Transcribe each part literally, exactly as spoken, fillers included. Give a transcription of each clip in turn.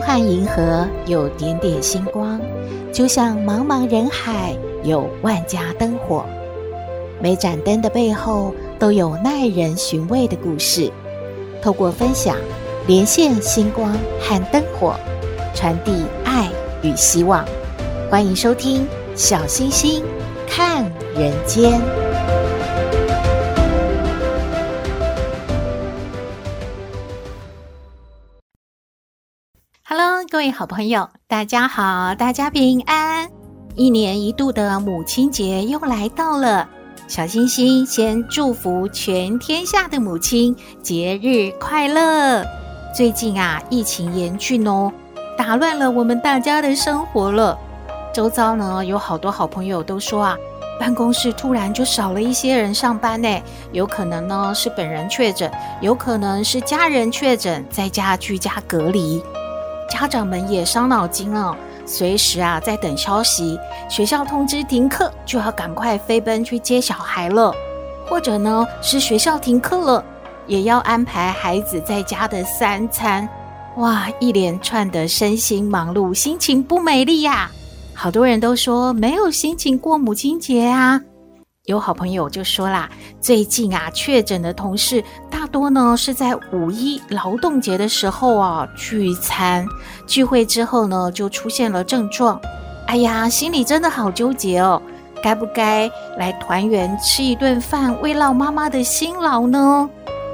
和银河有点点星光，就像茫茫人海有万家灯火。每盏灯的背后都有耐人寻味的故事，透过分享连线星光和灯火，传递爱与希望。欢迎收听小星星看人间。Hello， 各位好朋友，大家好，大家平安。一年一度的母亲节又来到了，小星星先祝福全天下的母亲节日快乐。最近啊，疫情严峻哦，打乱了我们大家的生活了。周遭呢，有好多好朋友都说啊，办公室突然就少了一些人上班呢，有可能呢是本人确诊，有可能是家人确诊，在家居家隔离。家长们也伤脑筋哦，随时啊在等消息，学校通知停课，就要赶快飞奔去接小孩了，或者呢是学校停课了，也要安排孩子在家的三餐。哇，一连串的身心忙碌，心情不美丽呀、啊。好多人都说没有心情过母亲节啊。有好朋友就说啦，最近啊确诊的同事大多呢是在五一劳动节的时候啊聚餐，聚会之后呢就出现了症状。哎呀，心里真的好纠结哦，该不该来团圆吃一顿饭慰劳妈妈的辛劳呢？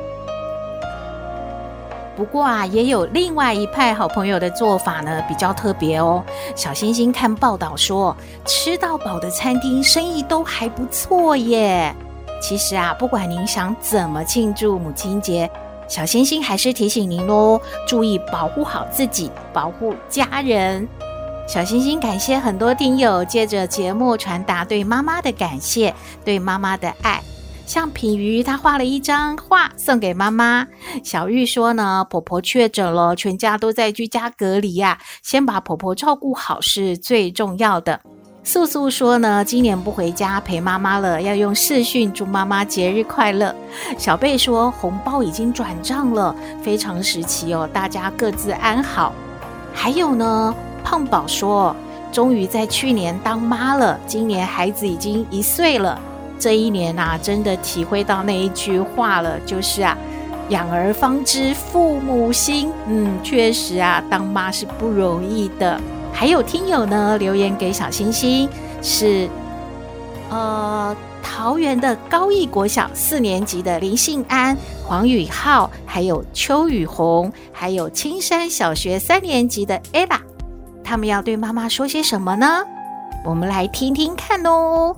不过啊，也有另外一派好朋友的做法呢，比较特别哦。小星星看报道说，吃到饱的餐厅生意都还不错耶。其实啊，不管您想怎么庆祝母亲节，小星星还是提醒您咯，注意保护好自己，保护家人。小星星感谢很多听友借着节目传达对妈妈的感谢，对妈妈的爱。像品瑜她画了一张画送给妈妈。小玉说呢，婆婆确诊了，全家都在居家隔离啊，先把婆婆照顾好是最重要的。素素说呢，今年不回家陪妈妈了，要用视讯祝妈妈节日快乐。小贝说红包已经转账了，非常时期哦，大家各自安好。还有呢，胖宝说终于在去年当妈了，今年孩子已经一岁了。这一年啊，真的体会到那一句话了，就是啊，养儿方知父母心。嗯，确实啊，当妈是不容易的。还有听友呢留言给小星星，是呃桃园的高义国小四年级的林信安、黄宇浩，还有邱宇红，还有青山小学三年级的 Ella， 他们要对妈妈说些什么呢？我们来听听看哦。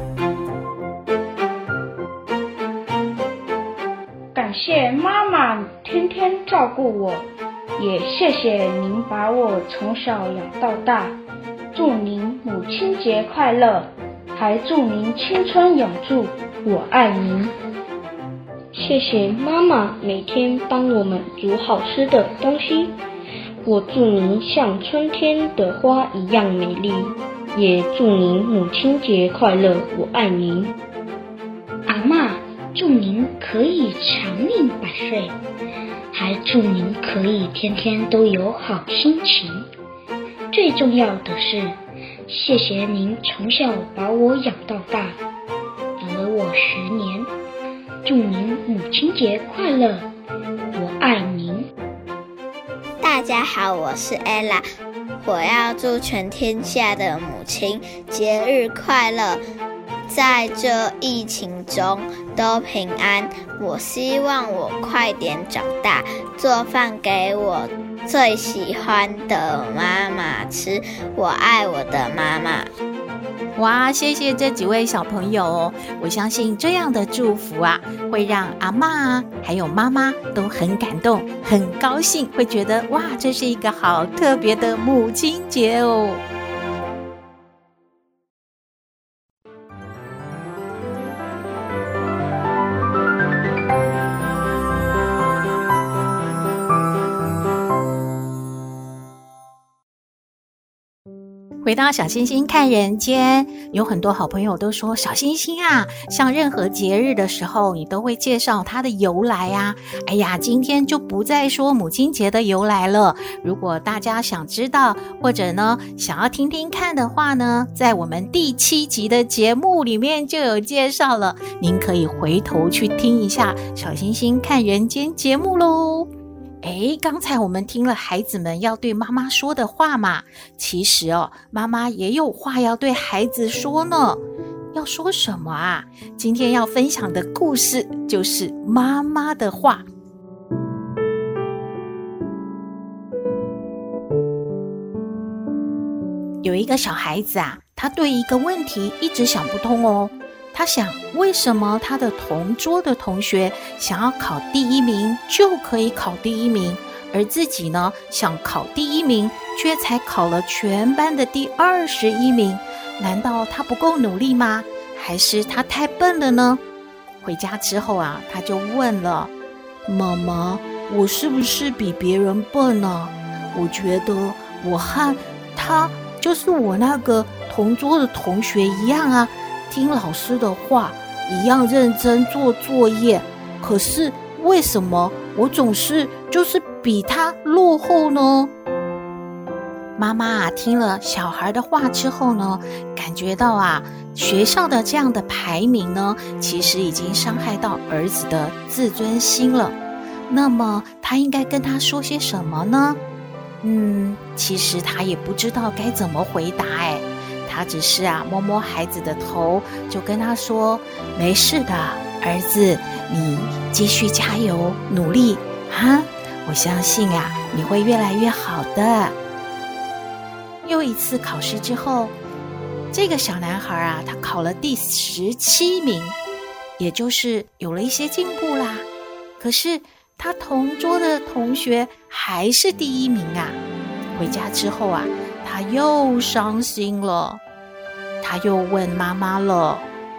感谢妈妈天天照顾我，也谢谢您把我从小养到大。祝您母亲节快乐，还祝您青春永驻，我爱您。 谢谢妈妈每天帮我们煮好吃的东西，我祝您像春天的花一样美丽，也祝您母亲节快乐，我爱您。 阿嬷，祝您可以长命百岁，还祝您可以天天都有好心情。最重要的是，谢谢您从小把我养到大，养了我十年。祝您母亲节快乐，我爱您。 大家好，我是 Ella， 我要祝全天下的母亲节日快乐，在这疫情中都平安。我希望我快点长大，做饭给我最喜欢的妈妈吃。我爱我的妈妈。 哇，谢谢这几位小朋友哦！我相信这样的祝福啊，会让阿嬷啊，还有妈妈都很感动、很高兴，会觉得哇，这是一个好特别的母亲节哦。 回到小星星看人间，有很多好朋友都说，小星星啊，像任何节日的时候，你都会介绍它的由来啊。哎呀，今天就不再说母亲节的由来了。如果大家想知道，或者呢想要听听看的话呢，在我们第七集的节目里面就有介绍了，您可以回头去听一下小星星看人间节目咯。诶，刚才我们听了孩子们要对妈妈说的话嘛，其实哦，妈妈也有话要对孩子说呢。要说什么啊？今天要分享的故事就是妈妈的话。有一个小孩子啊，他对一个问题一直想不通哦。他想，为什么他的同桌的同学想要考第一名就可以考第一名，而自己呢想考第一名却才考了全班的第二十一名？难道他不够努力吗？还是他太笨了呢？回家之后啊，他就问了妈妈，我是不是比别人笨呢？我觉得我和他就是我那个同桌的同学一样啊，听老师的话，一样认真做作业，可是为什么我总是就是比他落后呢？妈妈啊，听了小孩的话之后呢，感觉到啊，学校的这样的排名呢，其实已经伤害到儿子的自尊心了。那么他应该跟他说些什么呢？嗯，其实他也不知道该怎么回答哎。他只是啊摸摸孩子的头，就跟他说，没事的，儿子，你继续加油努力啊，我相信啊你会越来越好的。又一次考试之后，这个小男孩啊，他考了第十七名，也就是有了一些进步啦。可是他同桌的同学还是第一名啊。回家之后啊，他又伤心了，他又问妈妈了，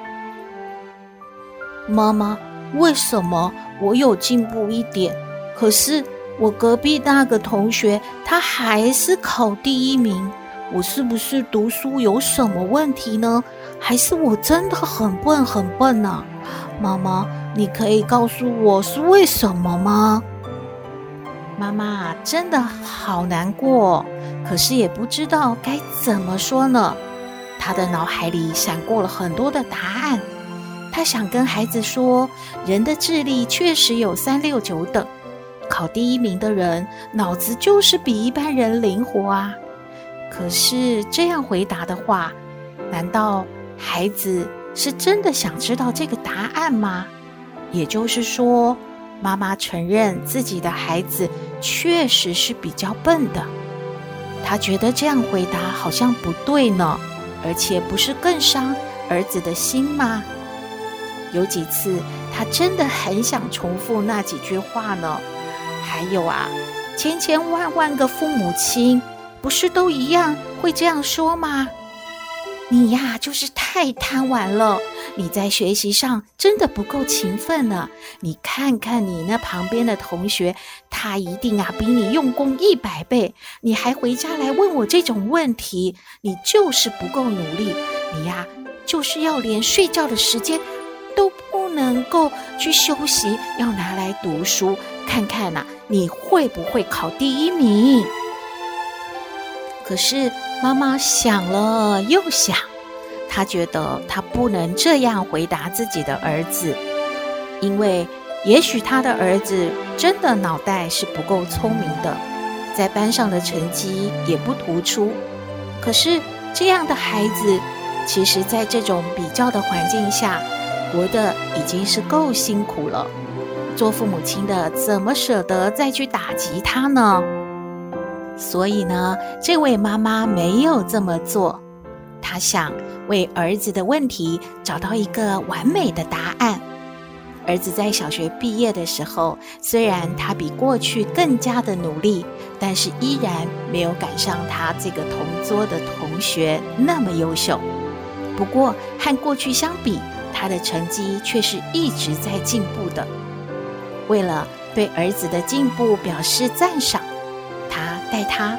妈妈，为什么我有进步一点，可是我隔壁那个同学他还是考第一名？我是不是读书有什么问题呢？还是我真的很笨很笨呢？妈妈，你可以告诉我是为什么吗？妈妈真的好难过，可是也不知道该怎么说呢。她的脑海里闪过了很多的答案，她想跟孩子说，人的智力确实有三六九等，考第一名的人脑子就是比一般人灵活啊。可是这样回答的话，难道孩子是真的想知道这个答案吗？也就是说，妈妈承认自己的孩子确实是比较笨的，她觉得这样回答好像不对呢，而且不是更伤儿子的心吗？有几次她真的很想重复那几句话呢。还有啊，千千万万个父母亲不是都一样会这样说吗？你呀，就是太贪玩了，你在学习上真的不够勤奋了。你看看你那旁边的同学，他一定啊比你用功一百倍，你还回家来问我这种问题，你就是不够努力。你呀，就是要连睡觉的时间都不能够去休息，要拿来读书，看看啊，你会不会考第一名？可是妈妈想了又想，她觉得她不能这样回答自己的儿子，因为也许她的儿子真的脑袋是不够聪明的，在班上的成绩也不突出。可是这样的孩子，其实在这种比较的环境下，活得已经是够辛苦了。做父母亲的怎么舍得再去打击他呢？所以呢，这位妈妈没有这么做，她想为儿子的问题找到一个完美的答案。儿子在小学毕业的时候，虽然他比过去更加的努力，但是依然没有赶上他这个同桌的同学那么优秀。不过和过去相比，他的成绩却是一直在进步的。为了对儿子的进步表示赞赏，他带他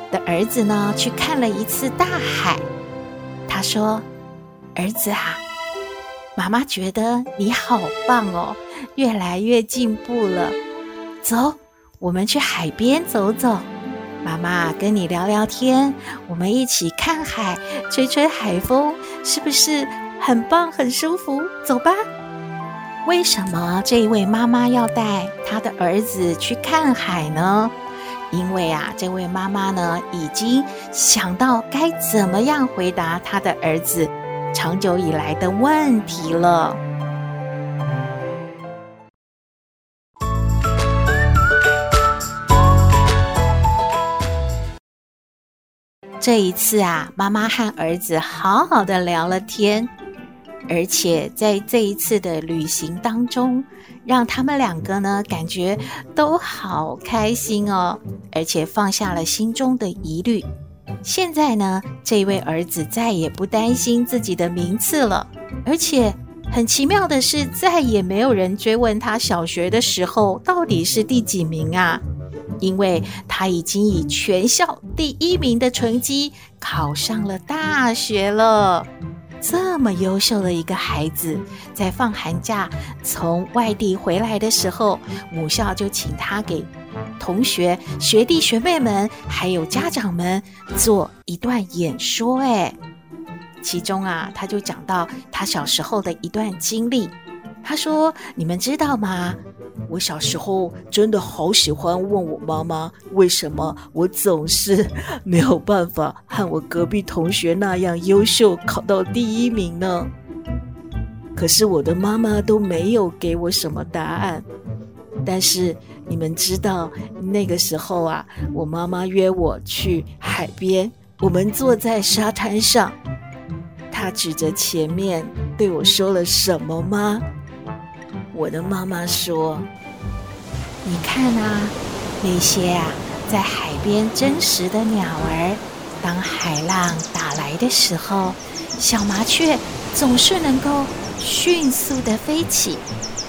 的儿子呢去看了一次大海。他说：儿子啊，妈妈觉得你好棒哦，越来越进步了。走，我们去海边走走，妈妈跟你聊聊天，我们一起看海，吹吹海风，是不是很棒很舒服？走吧。为什么这一位妈妈要带她的儿子去看海呢？因为啊，这位妈妈呢已经想到该怎么样回答她的儿子长久以来的问题了。这一次啊，妈妈和儿子好好的聊了天，而且在这一次的旅行当中，让他们两个呢感觉都好开心哦，而且放下了心中的疑虑。现在呢，这位儿子再也不担心自己的名次了，而且很奇妙的是，再也没有人追问他小学的时候到底是第几名啊，因为他已经以全校第一名的成绩考上了大学了。这么优秀的一个孩子，在放寒假从外地回来的时候，母校就请他给同学、学弟学妹们还有家长们做一段演说。哎，其中啊，他就讲到他小时候的一段经历。他说：你们知道吗？我小时候真的好喜欢问我妈妈，为什么我总是没有办法和我隔壁同学那样优秀，考到第一名呢？可是我的妈妈都没有给我什么答案。但是你们知道，那个时候啊，我妈妈约我去海边，我们坐在沙滩上，她指着前面对我说了什么吗？我的妈妈说：你看啊，那些啊在海边真实的鸟儿，当海浪打来的时候，小麻雀总是能够迅速地飞起，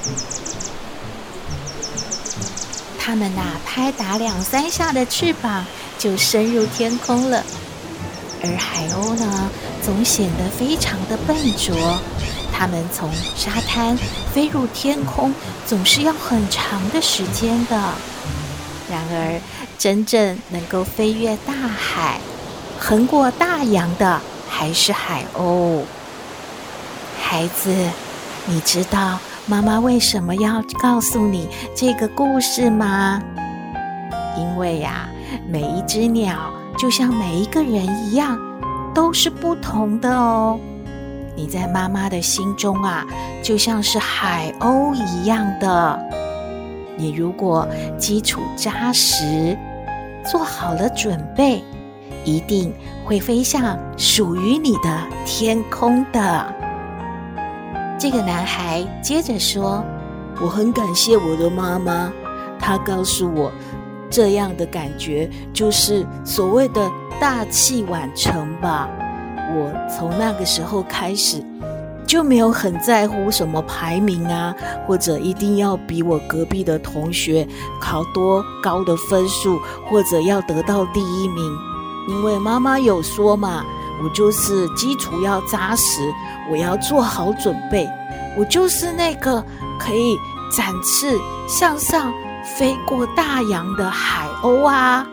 它们啊拍打两三下的翅膀就升入天空了，而海鸥呢总显得非常的笨拙，它们从沙滩飞入天空总是要很长的时间的。然而真正能够飞越大海，横过大洋的还是海鸥。孩子，你知道妈妈为什么要告诉你这个故事吗？因为呀、啊，每一只鸟就像每一个人一样，都是不同的哦。你在妈妈的心中啊，就像是海鸥一样的。你如果基础扎实，做好了准备，一定会飞向属于你的天空的。这个男孩接着说：我很感谢我的妈妈，她告诉我，这样的感觉就是所谓的大器晚成吧。我从那个时候开始就没有很在乎什么排名啊，或者一定要比我隔壁的同学考多高的分数，或者要得到第一名。因为妈妈有说嘛，我就是基础要扎实，我要做好准备，我就是那个可以展翅向上飞过大洋的海鸥啊。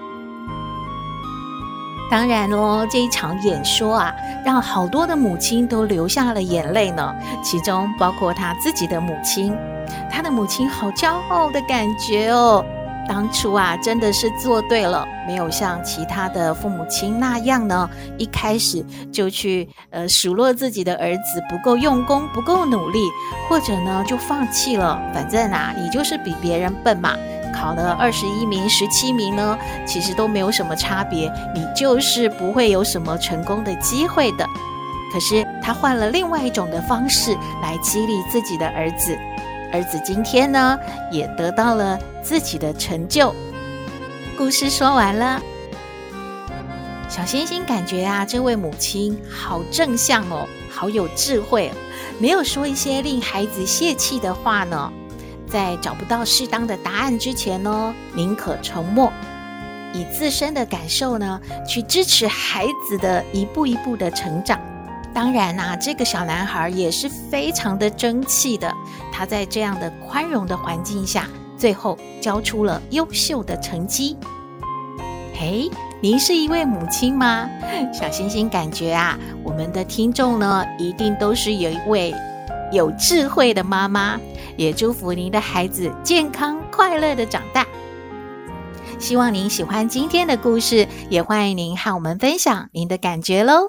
当然咯，这一场演说啊，让好多的母亲都流下了眼泪呢，其中包括她自己的母亲。她的母亲好骄傲的感觉哦，当初啊真的是做对了，没有像其他的父母亲那样呢，一开始就去呃数落自己的儿子不够用功，不够努力，或者呢就放弃了，反正啊你就是比别人笨嘛，考了二十一名、十七名呢，其实都没有什么差别，你就是不会有什么成功的机会的。可是他换了另外一种的方式来激励自己的儿子，儿子今天呢也得到了自己的成就。故事说完了，小星星感觉啊，这位母亲好正向哦，好有智慧哦，没有说一些令孩子泄气的话呢。在找不到适当的答案之前呢，宁可沉默。 以自身的感受呢，去支持孩子的一步一步的成长。当然啊，这个小男孩也是非常的争气的，他在这样的宽容的环境下，最后交出了优秀的成绩。嘿，您是一位母亲吗？小星星感觉啊，我们的听众呢，一定都是有一位有智慧的妈妈，也祝福您的孩子健康快乐的长大。希望您喜欢今天的故事，也欢迎您和我们分享您的感觉咯。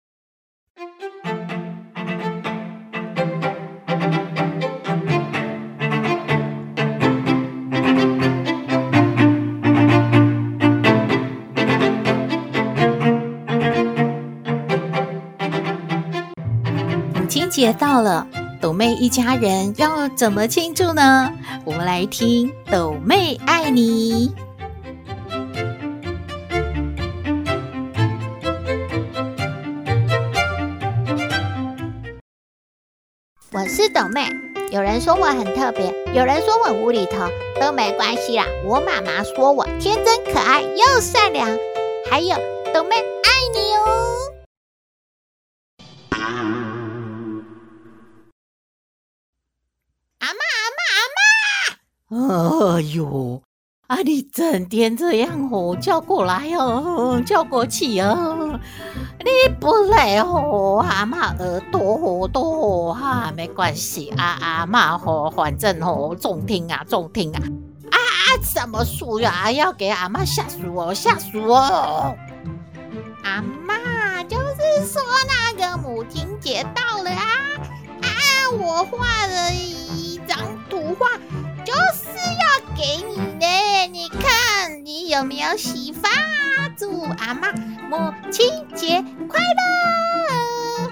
母亲节到了，斗妹一家人要怎么庆祝呢？我们来听斗妹爱你。 我是斗妹，有人说我很特别，有人说我无厘头，都没关系啦。我妈妈说我天真可爱又善良，还有斗妹爱你哦。阿嬷阿嬷阿嬷，哎呦，啊你整天这样哦，叫过来哦，叫过去哦。你不来哦，阿嬷耳朵哦都哈、啊，没关系啊，阿嬷哦，反正哦，重听啊，重听啊，啊什么书呀、啊，要给阿嬷下书哦，下书哦。 阿嬷就是说那个母亲节到了啊，啊，我画了一张图画，就是要给你的，你看你有没有喜欢？祝阿嬷母亲节快乐！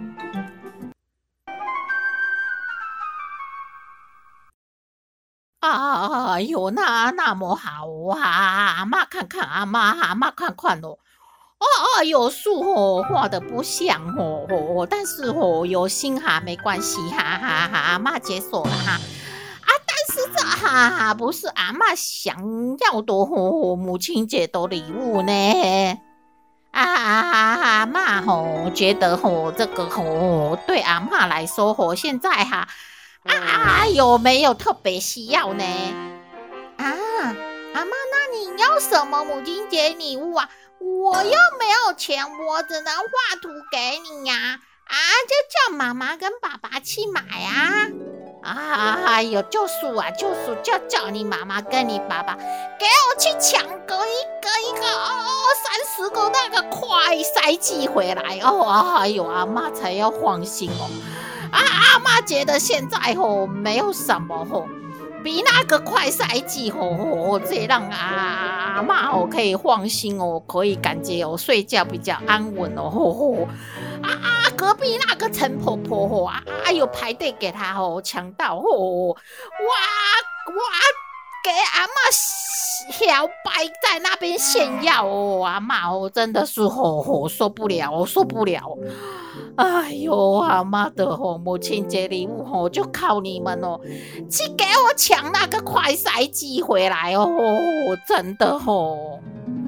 哎呦，那那么好啊！阿嬷看看，阿嬷阿嬷看看哦。哦哦，有树哦，画的不像哦哦，但是哦有心哈，没关系哈哈哈，阿嬷接受了哈。啊，但是这哈哈不是阿嬷想要的哦，母亲节的礼物呢。啊阿嬷吼觉得吼这个吼对阿嬷来说吼现在哈啊有没有特别需要呢？ 啊，阿嬷，那你要什么母亲节礼物啊？我又没有钱，我只能画图给你呀、啊！啊，就叫妈妈跟爸爸去买啊！ 啊，有就是啊，就是就叫你妈妈跟你爸爸给我去抢个一个一个哦，三十个那个快筛剂回来哦！哎呦，阿嬷才要放心哦！啊，阿嬷觉得现在哦没有什么哦。比那个快筛剂吼吼，这让阿嬷哦可以放心哦，可以感觉哦睡觉比较安稳哦吼吼。啊啊，隔壁那个陈婆婆吼啊，哎呦排队给她吼抢到吼，哇哇给阿嬷小白在那边炫耀哦，阿嬷哦真的是吼吼受不了，受不了。哎呦，阿嬷的吼母亲节礼物吼就靠你们哦，去给我抢那个快筛剂回来哦，真的吼。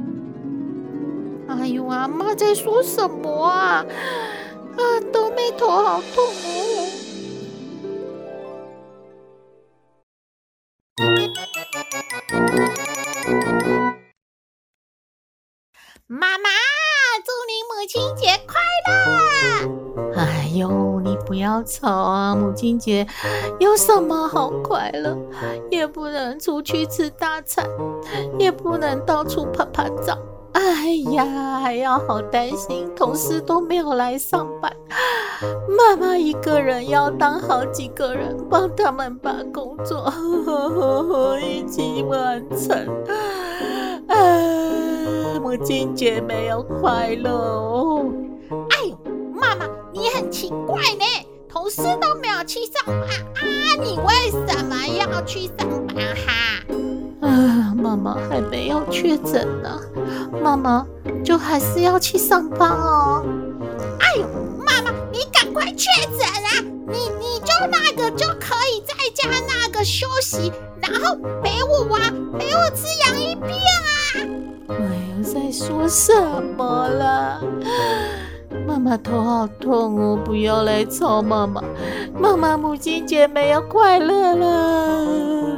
哎呦，阿嬷在说什么啊？啊，都妹头好痛哦。 妈妈，祝你母亲节快乐！ 哎呦，你不要吵啊！母亲节有什么好快乐？也不能出去吃大餐，也不能到处拍拍照。哎呀，还要好担心，同事都没有来上班，妈妈一个人要当好几个人，帮他们把工作呵呵呵一起完成。啊，母亲节没有快乐哦！ 哎呦，妈妈，你很奇怪呢，同事都没有去上班啊，你为什么要去上班哈？ 啊，妈妈还没有确诊呢，妈妈就还是要去上班哦。 哎呦，妈妈，你赶快确诊啊！你你就那个就可以在家那个休息，然后陪我玩，陪我吃洋芋片啊！ 啊！ 哎呦，在说什么啦？妈妈头好痛哦，不要来吵妈妈。妈妈母亲节没有快乐了。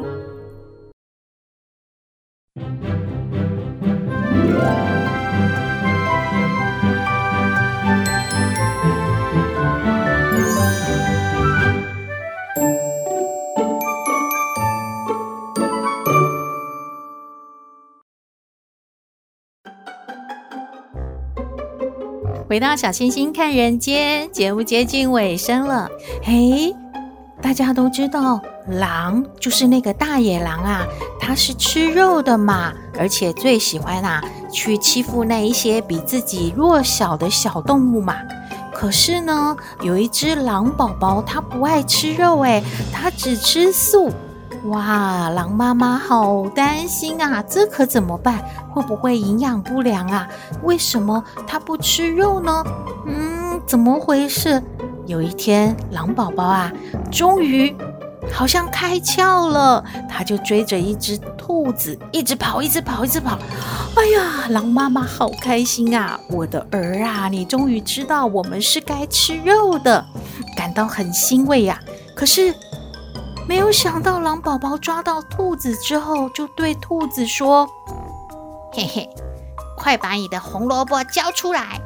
回到小星星看人间，节目接近尾声了。嘿，大家都知道狼就是那个大野狼啊，它是吃肉的嘛，而且最喜欢啊去欺负那一些比自己弱小的小动物嘛。可是呢，有一只狼宝宝，它不爱吃肉诶，它只吃素。哇，狼妈妈好担心啊，这可怎么办？会不会营养不良啊？为什么它不吃肉呢？嗯，怎么回事？有一天，狼宝宝啊，终于好像开窍了，他就追着一只兔子一直跑，一直跑，一直跑。哎呀，狼妈妈好开心啊！我的儿啊，你终于知道我们是该吃肉的，感到很欣慰呀、啊。可是没有想到，狼宝宝抓到兔子之后，就对兔子说：“ 嘿嘿，快把你的红萝卜交出来！”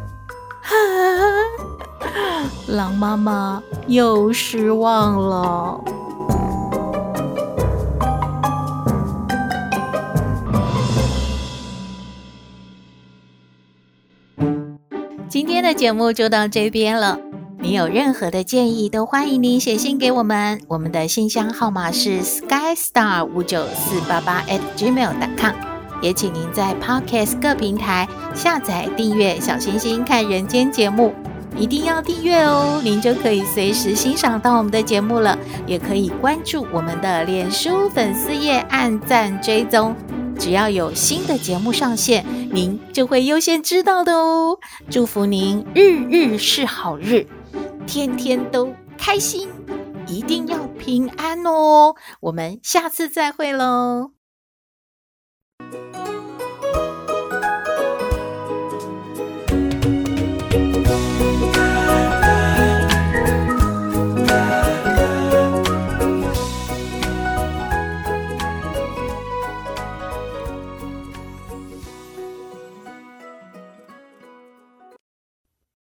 狼妈妈又失望了。今天的节目就到这边了。你有任何的建议，都欢迎您写信给我们。我们的信箱号码是 skystar 五九四八八 at gmail dot com， 也请您在 Podcast 各平台下载订阅小星星看人间节目，一定要订阅哦，您就可以随时欣赏到我们的节目了。也可以关注我们的脸书粉丝页，按赞追踪，只要有新的节目上线，您就会优先知道的哦。祝福您日日是好日，天天都开心，一定要平安哦。我们下次再会喽。